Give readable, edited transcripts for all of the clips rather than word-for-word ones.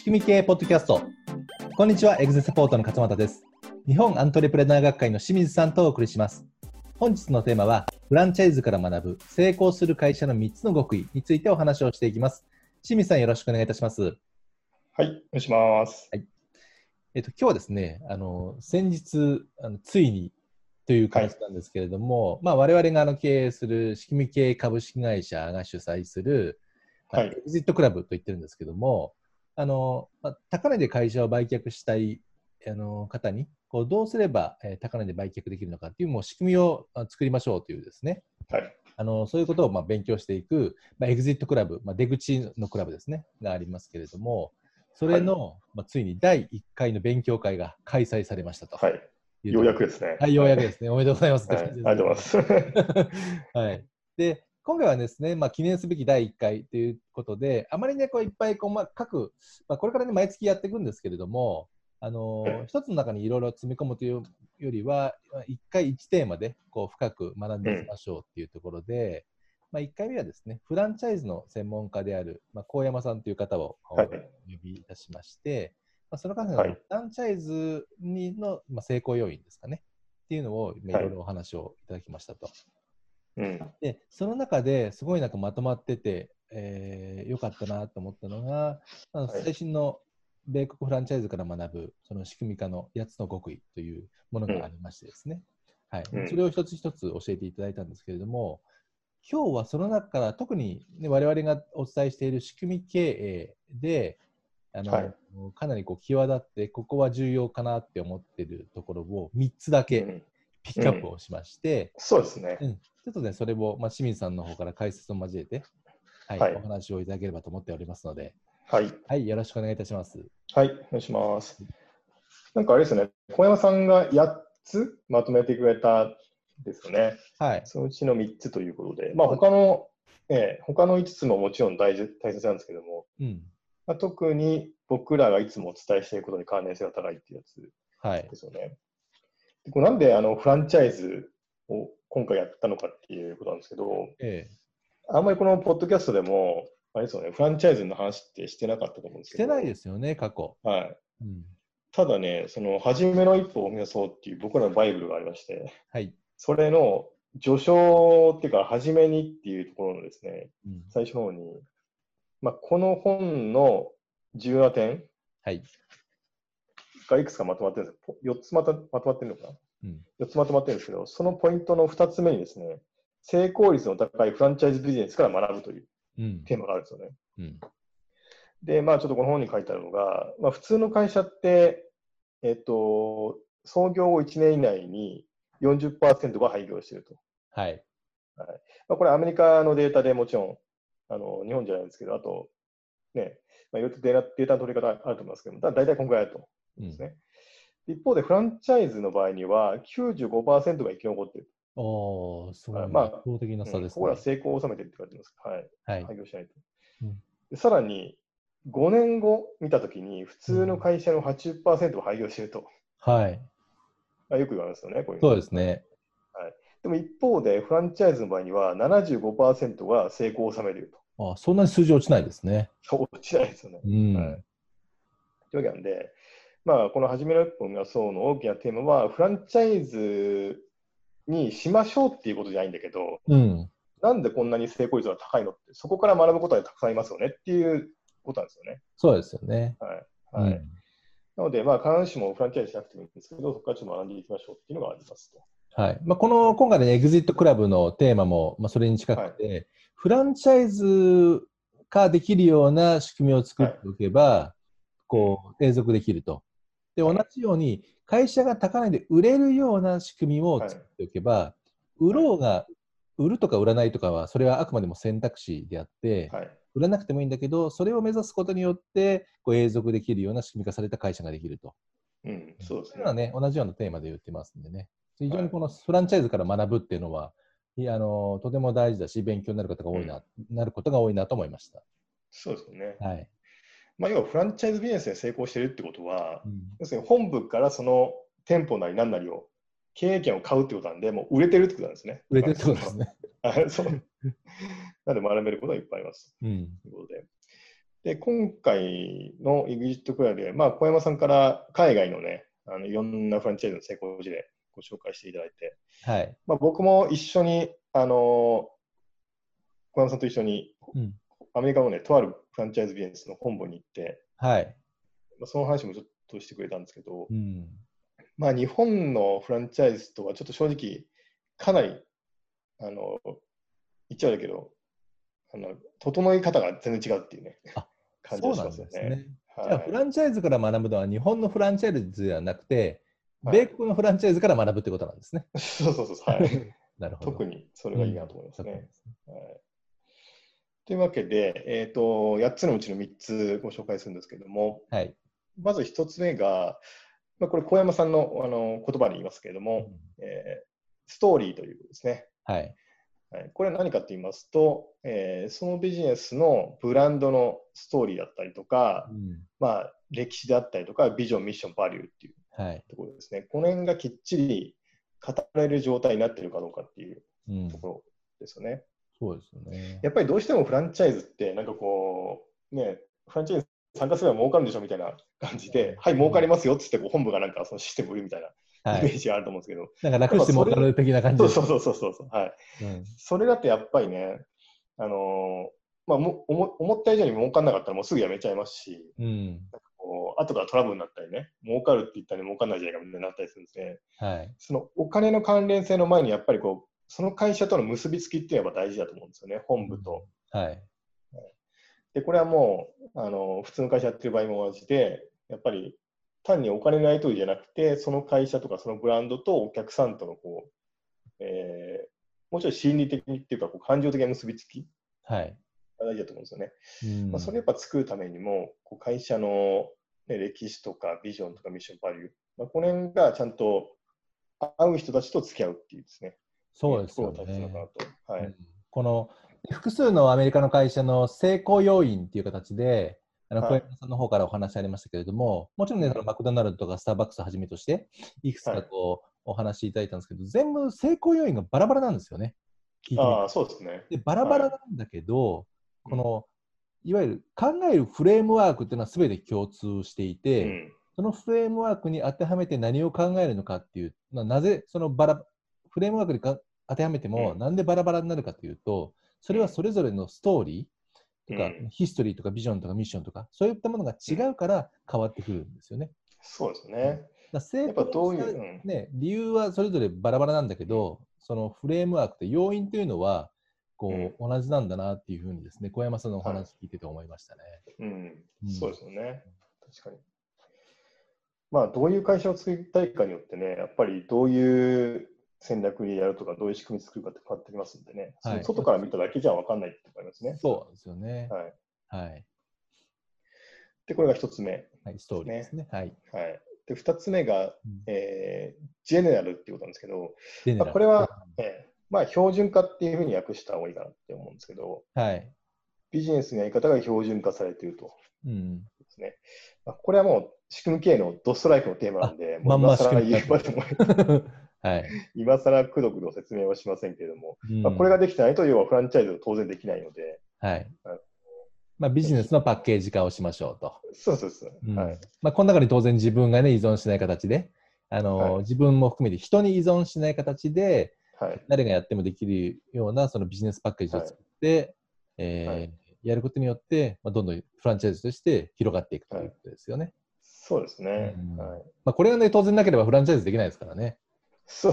組み系ポッドキャスト。こんにちは、エグゼサポートの勝俣です。日本アントレプレナー学会の清水さんとお送りします。本日のテーマは、フランチャイズから学ぶ成功する会社の3つの極意についてお話をしていきます。清水さん、よろしくお願いいたします。 はい、お願いします。 はい。今日はですね、先日ついにという感じなんですけれども、我々が経営する仕組み系株式会社が主催する、エグジットクラブと言ってるんですけども、高値で会社を売却したい方にどうすれば高値で売却できるのかという仕組みを作りましょうというですね、そういうことを勉強していく、エグジットクラブ、出口のクラブですね、がありますけれども、それの、ついに第1回の勉強会が開催されましたと。 ようやくですね。 はい、ようやくですね。おめでとうございます。 ありがとうございます。 はい。で、今回はですね、記念すべき第1回ということで、あまりね、いっぱい各、これからね、毎月やっていくんですけれども、一つの中にいろいろ詰め込むというよりは、1回1テーマで深く学んでいきましょうっていうところで、1回目はですね、フランチャイズの専門家である、高山さんという方をお呼びいたしまして、その方がフランチャイズの成功要因ですかね、っていうのをいろいろお話をいただきましたと。でその中ですごいまとまってて、よかったなと思ったのが、最新の米国フランチャイズから学ぶその仕組み化の8つの極意というものがありましてですね、それを一つ一つ教えていただいたんですけれども、今日はその中から特に、我々がお伝えしている仕組み経営でかなり際立って、ここは重要かなって思っているところを3つだけピックアップをしまして、 そうですね。 ちょっとね、それを、清水さんの方から解説を交えて、お話をいただければと思っておりますので、よろしくお願いいたします。 はい、お願いします。なんかあれですね、小山さんが8つまとめてくれたですよね。そのうちの3つということで、他の5つももちろん大切なんですけども、特に僕らがいつもお伝えしていることに関連性が高いっていうやつですよね。なんでフランチャイズを今回やったのかっていうことなんですけど、あんまりこのポッドキャストでもあれですよね、フランチャイズの話ってしてなかったと思うんですけど。 してないですよね、過去。 ただね、その初めの一歩を踏み出そうっていう僕らのバイブルがありまして、それの序章っていうか、初めにっていうところのですね、最初の方に、この本の重要な点がいくつかまとまってるんです。4つまとまってるのかな、4つまとまってるんですけど、そのポイントの2つ目にですね、成功率の高いフランチャイズビジネスから学ぶというテーマがあるんですよね。で、ちょっとこの本に書いてあるのが、普通の会社って、創業後1年以内に 40% が廃業していると。これアメリカのデータでもちろん、日本じゃないんですけど、あと、ね、いろいろとデータの取り方あると思いますけど、大体このくらいあると思うんですね。一方で、フランチャイズの場合には 95% が生き残っている。 すごい圧倒的な差ですね。 ここら成功を収めているって書いてます。廃業しないと。さらに、5年後見たときに、普通の会社の 80% を廃業していると。よく言われますよね、こういうの。 そうですね。 でも一方で、フランチャイズの場合には 75% が成功を収めていると。 そんなに数字落ちないですね。 落ちないですよね。というわけなんで、この初めの一歩を目指そうの大きなテーマは、フランチャイズにしましょうっていうことじゃないんだけど、なんでこんなに成功率が高いのって、そこから学ぶことがたくさんありますよねっていうことなんですよね。 そうですよね。 なので、必ずしもフランチャイズしなくてもいいんですけど、そこからちょっと学んでいきましょうっていうのがありますと。 今回のエグジットクラブのテーマも、それに近くて、フランチャイズ化できるような仕組みを作っておけば、継続できると。で、同じように、会社が高値で売れるような仕組みを作っておけば、売るとか売らないとかは、それはあくまでも選択肢であって、売らなくてもいいんだけど、それを目指すことによって、永続できるような仕組み化された会社ができると。 そうですね。同じようなテーマで言ってますんでね。非常にこのフランチャイズから学ぶっていうのは、とても大事だし、勉強になることが多いなと思いました。 そうですよね。要はフランチャイズビジネスで成功しているってことは、要するに本部からその店舗なり何なりを、経営権を買うってことなんで、もう売れてるってことなんですね。 売れてるってことですね。 なので学べることがいっぱいあります。ということで。 で、今回の EXIT クラで、小山さんから海外のね、いろんなフランチャイズの成功事例ご紹介していただいて、 はい。 僕も一緒に、小山さんと一緒に、アメリカのね、とあるフランチャイズビジネスの本部に行って、 はい。 その話もちょっとしてくれたんですけど、 うん、 日本のフランチャイズとはちょっと正直、かなり、言っちゃうんだけど、整い方が全然違うっていうね、感じがしますよね。 じゃあ、フランチャイズから学ぶのは日本のフランチャイズではなくて、 はい、 米国のフランチャイズから学ぶってことなんですね。 そうそうそう、はい。 なるほど。 特にそれがいいなと思いますね。はい、というわけで、8つのうちの3つご紹介するんですけれども、 はい、 まず1つ目が、これ、小山さんの、言葉で言いますけれども、ストーリーということですね。 はい。 はい、これは何かと言いますと、そのビジネスのブランドのストーリーだったりとか、歴史であったりとか、ビジョン、ミッション、バリューっていうところですね。この辺がきっちり語られる状態になっているかどうかっていうところですよね。 そうですよね。 やっぱりどうしてもフランチャイズって、なんかこう、ね、フランチャイズ参加すれば儲かるんでしょみたいな感じで、はい、儲かりますよっつって本部がなんかそのシステムを売るみたいなイメージがあると思うんですけど、 なんか楽して儲かる的な感じです。 そう。はい。それだとやっぱりね、思った以上に儲かんなかったらもうすぐやめちゃいますし、なんかこう後からトラブルになったりね、儲かるって言ったら儲かんないじゃないかみたいになったりするんですね。そのお金の関連性の前にやっぱりこう、その会社との結びつきっていうのは大事だと思うんですよね、本部と。で、これはもう、普通の会社やってる場合も同じで、やっぱり単にお金のやり取りじゃなくて、その会社とかそのブランドとお客さんとのこう、もうちょい心理的にっていうか、感情的な結びつきが大事だと思うんですよね。それやっぱ作るためにも、会社の、歴史とかビジョンとかミッション、バリュー、この辺がちゃんと会う人たちと付き合うっていうですね。 そうですよね。 ところが大切なのかなと。はい。 この複数のアメリカの会社の成功要因っていう形で、小山さんの方からお話ありましたけれども、もちろんね、マクドナルドとかスターバックスをはじめとして、いくつかこうお話しいただいたんですけど、全部成功要因がバラバラなんですよね。聞いてみて。 そうですね。 で、バラバラなんだけど、このいわゆる考えるフレームワークっていうのは全て共通していて、そのフレームワークに当てはめて何を考えるのかっていう、なぜそのフレームワークに当てはめても、なんでバラバラになるかというと、それはそれぞれのストーリーとか、ヒストリーとかビジョンとかミッションとか、そういったものが違うから変わってくるんですよね。 そうですね。 成功した、理由はそれぞれバラバラなんだけど、そのフレームワークと要因というのは、同じなんだなっていうふうにですね、小山さんのお話聞いてて思いましたね。 そうですよね。確かに。どういう会社を作りたいかによってね、やっぱりどういう戦略にやるとか、どういう仕組み作るかって変わってきますんでね、その外から見ただけじゃ分かんないって思いますね。 そうですよね。 で、これが一つ目、 ストーリーですね。 で、二つ目が、ジェネラルっていうことなんですけど、これは、標準化っていうふうに訳した方がいいかなって思うんですけど、ビジネスのやり方が標準化されていると。ですね。これはもう仕組み系のドストライクのテーマなんで、もう今更言うまでも今更くどくど説明はしませんけれども、これができてないと、要はフランチャイズは当然できないので、 ビジネスのパッケージ化をしましょうと。 そうそうそう。 この中に当然自分がね、依存しない形で、自分も含めて人に依存しない形で、誰がやってもできるようなそのビジネスパッケージを作って、やることによって、どんどんフランチャイズとして広がっていくということですよね。 そうですね。 これがね、当然なければフランチャイズできないですからね。 そう。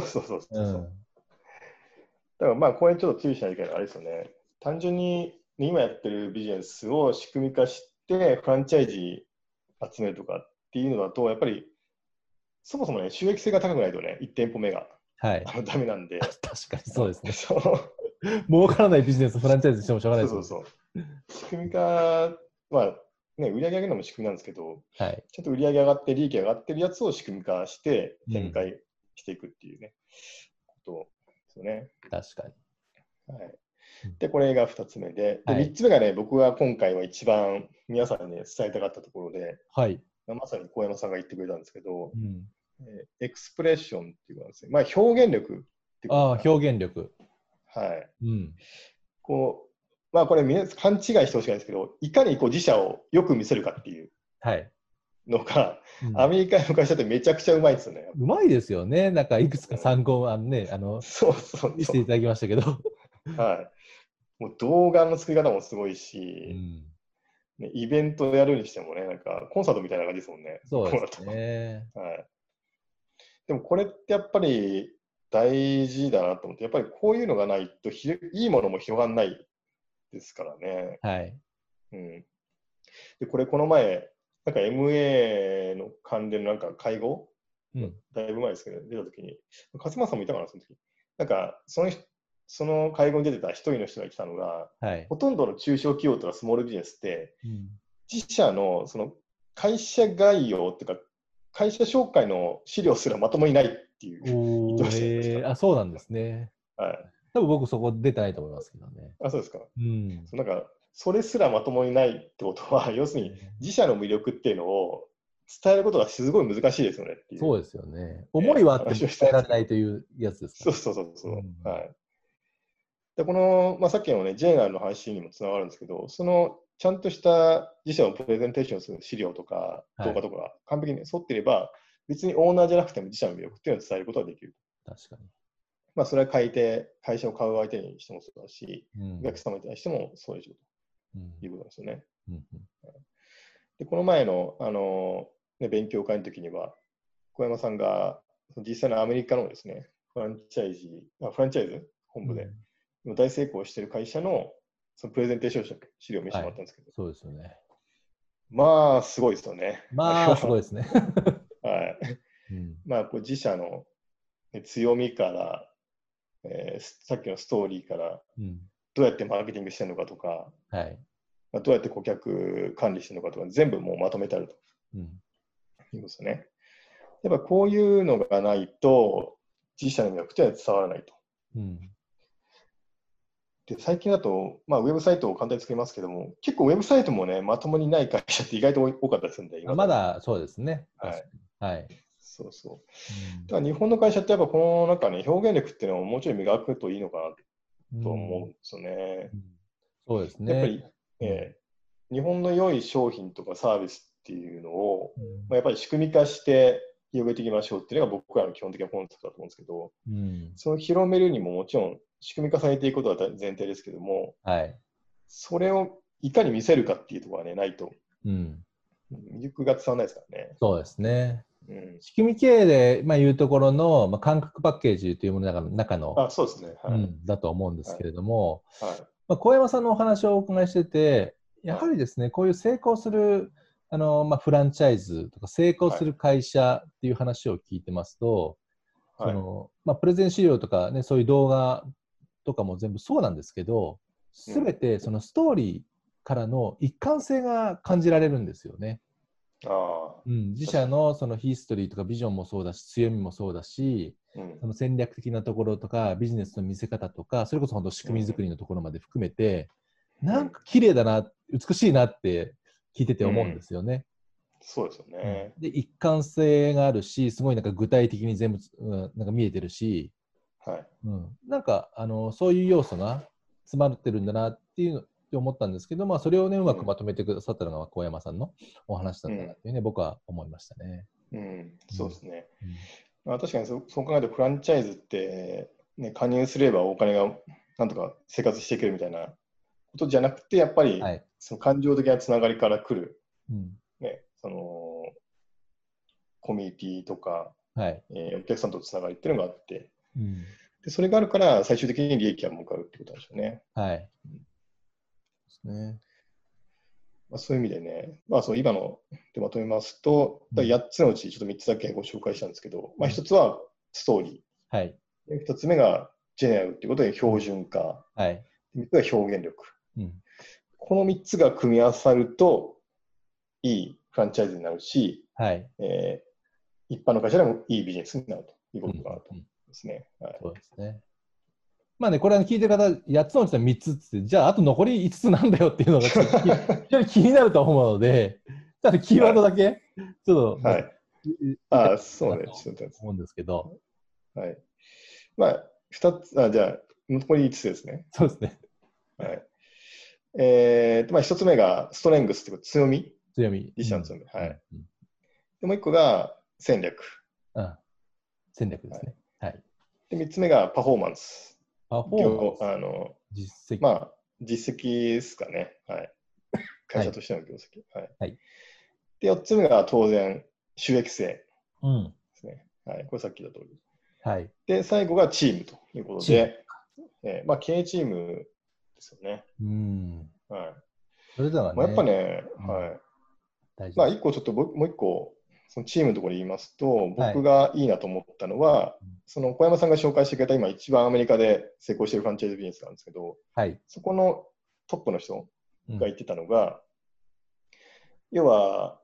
だからこれちょっと注意しないといけないのはあれですよね。単純に今やってるビジネスを仕組み化してフランチャイズ集めるとかっていうのだと、やっぱりそもそもね、収益性が高くないとね、1店舗目が、ダメなんで。 確かにそうですね。儲からないビジネスフランチャイズしてもしょうがないですね。 そう。仕組み化は、売り上げ上げるのも仕組みなんですけど、ちゃんと売り上げ上がって利益上がってるやつを仕組み化して展開していくっていうね、ことですよね。 確かに。 で、これが2つ目で、3つ目がね、僕が今回は一番皆さんに、伝えたかったところで、まさに小山さんが言ってくれたんですけど、エクスプレッションっていうのはですね、表現力っていうこと表現力。 まあこれ勘違いしてほしくないんですけど、いかにこう自社をよく見せるかっていうのが、はい、アメリカの会社ってめちゃくちゃうまいですよね。 うまいですよね。なんかいくつか参考、見せていただきましたけど。 はい。もう動画の作り方もすごいし、ね、イベントやるにしてもね、なんかコンサートみたいな感じですもんね。 そうですね。 はい。でもこれってやっぱり大事だなと思って、やっぱりこういうのがないといいものも広がらないですからね。 はい。 うん。で、これこの前、なんか MA の関連のなんか会合、だいぶ前ですけど、出たときに、勝間さんもいたかな、その時。なんか、その会合に出てた一人の人が言ってたのが、はい、ほとんどの中小企業とかスモールビジネスって、自社のその会社概要っていうか、会社紹介の資料すらまともにないっていう言ってましたね。 あ、そうなんですね。 はい。 多分僕そこ出てないと思いますけどね。 あ、そうですか。なんか、それすらまともにないってことは、要するに自社の魅力っていうのを伝えることがすごい難しいですよねっていう。 そうですよね。思いはあっても伝えられないというやつですか、 ね。そう。はい。で、この、さっきのね、JNR の話にもつながるんですけど、その、ちゃんとした自社のプレゼンテーションする資料とか、動画とかが完璧に沿っていれば、別にオーナーじゃなくても自社の魅力っていうのを伝えることができる。 確かに。 それは買い手、会社を買う相手にしてもそうだし、お客様に対してもそういうということですよね。で、この前の、勉強会の時には、小山さんが実際のアメリカのですね、フランチャイズ本部で、大成功している会社のそのプレゼンテーション資料を見せてもらったんですけど、 そうですよね。 まあ、すごいですよね。 まあ、すごいですね。 はい。こう自社の強みから、さっきのストーリーから、どうやってマーケティングしてるのかとか、どうやって顧客管理してるのかとか、全部もうまとめてあると。いうことですね。やっぱこういうのがないと、自社の魅力っていうのは伝わらないと。で、最近だと、ウェブサイトを簡単に作りますけども、結構ウェブサイトもね、まともにない会社って意外と多かったりするんで、 まだそうですね。 はい。そうそう。だから日本の会社ってやっぱこの中ね、表現力っていうのをもうちょい磨くといいのかなと思うんですよね。 そうですね。 やっぱり、日本の良い商品とかサービスっていうのを、やっぱり仕組み化して広げていきましょうっていうのが僕らの基本的なコンセプトだと思うんですけど、その広めるにももちろん仕組み化されていくことが前提ですけども、それをいかに見せるかっていうところがね、ないと、魅力が伝わらないですからね。 そうですね。仕組み経営で、いうところの、感覚パッケージというものの中の、 そうですね。 だと思うんですけれども、小山さんのお話をお伺いしてて、やはりですね、こういう成功するフランチャイズとか成功する会社っていう話を聞いてますと、プレゼン資料とかね、そういう動画とかも全部そうなんですけど、すべてそのストーリーからの一貫性が感じられるんですよね。自社のそのヒストリーとかビジョンもそうだし、強みもそうだし、その戦略的なところとか、ビジネスの見せ方とか、それこそ本当仕組み作りのところまで含めて、なんか綺麗だな、美しいなって聞いてて思うんですよね。 そうですよね。 で、一貫性があるし、すごいなんか具体的に全部、なんか見えてるし、なんかそういう要素が詰まってるんだなっていう思ったんですけど、それをね、うまくまとめてくださったのが小山さんのお話だったなっていうね、僕は思いましたね。 そうですね。確かにそう考えると、フランチャイズって、ね、加入すればお金がなんとか生活していけるみたいなことじゃなくて、やっぱり、その感情的なつながりから来る、そのコミュニティとか、お客さんとのつながりっていうのがあって、でそれがあるから最終的に利益が向かうってことなんでしょうね。ですね。そういう意味でね、そう今のでまとめますと、8つのうちちょっと3つだけご紹介したんですけど、1つはストーリー。1つ目がジェネラルっていうことで標準化。3つが表現力。この3つが組み合わさると、いいフランチャイズになるし、一般の会社でもいいビジネスになるということがあるとですね。 そうですね。これ聞いてる方、8つのうちの3つって、じゃああと残り5つなんだよっていうのがちょっと非常に気になると思うので、ちょっとキーワードだけ、ちょっと、 そうね、ちょっと思うんですけど。 2つ、じゃあ、残り5つですね。 そうですね。 一つ目がストレングスってこと、強み。 強み。 自社の強み。はい。で、もう一個が戦略。 戦略ですね。はい。 で、三つ目がパフォーマンス。 実績。 実績ですかね。はい。会社としての業績。 はい。 で、四つ目が当然、収益性ですね。はい。これさっき言った通り。 はい。 で、最後がチームということで、経営チームですよね。はい。 それではね。 やっぱね、はい。一個ちょっともう一個、そのチームのところで言いますと、僕がいいなと思ったのは、その小山さんが紹介してくれた今一番アメリカで成功しているフランチャイズビジネスなんですけど、そこのトップの人が言ってたのが、要は、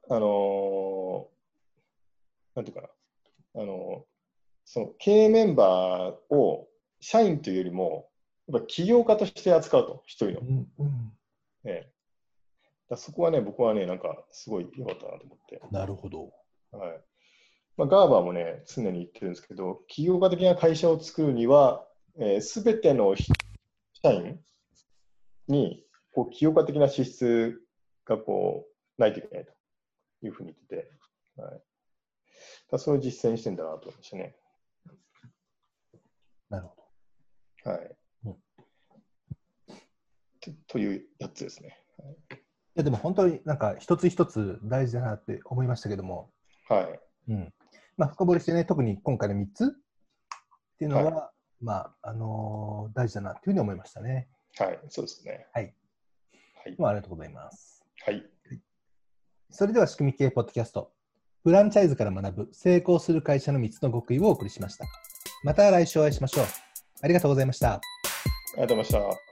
なんていうかな、その経営メンバーを社員というよりも、やっぱ起業家として扱うと、一人の。そこはね、僕はね、なんかすごい良かったなと思って。 なるほど。 はい。ガーバーもね、常に言ってるんですけど、起業家的な会社を作るには、すべての社員に起業家的な資質がないといけないというふうに言ってて、それを実践してんだなと思いましたね。 なるほど。はい。というやつですね。 いやでも本当になんか一つ一つ大事だなって思いましたけども、深掘りしてね、特に今回の3つっていうのは、大事だなというふうに思いましたね。 はい、そうですね。 はい。ありがとうございます。 はい。 それでは仕組み系ポッドキャスト、フランチャイズから学ぶ成功する会社の3つの極意をお送りしました。また来週お会いしましょう。ありがとうございました。 ありがとうございました。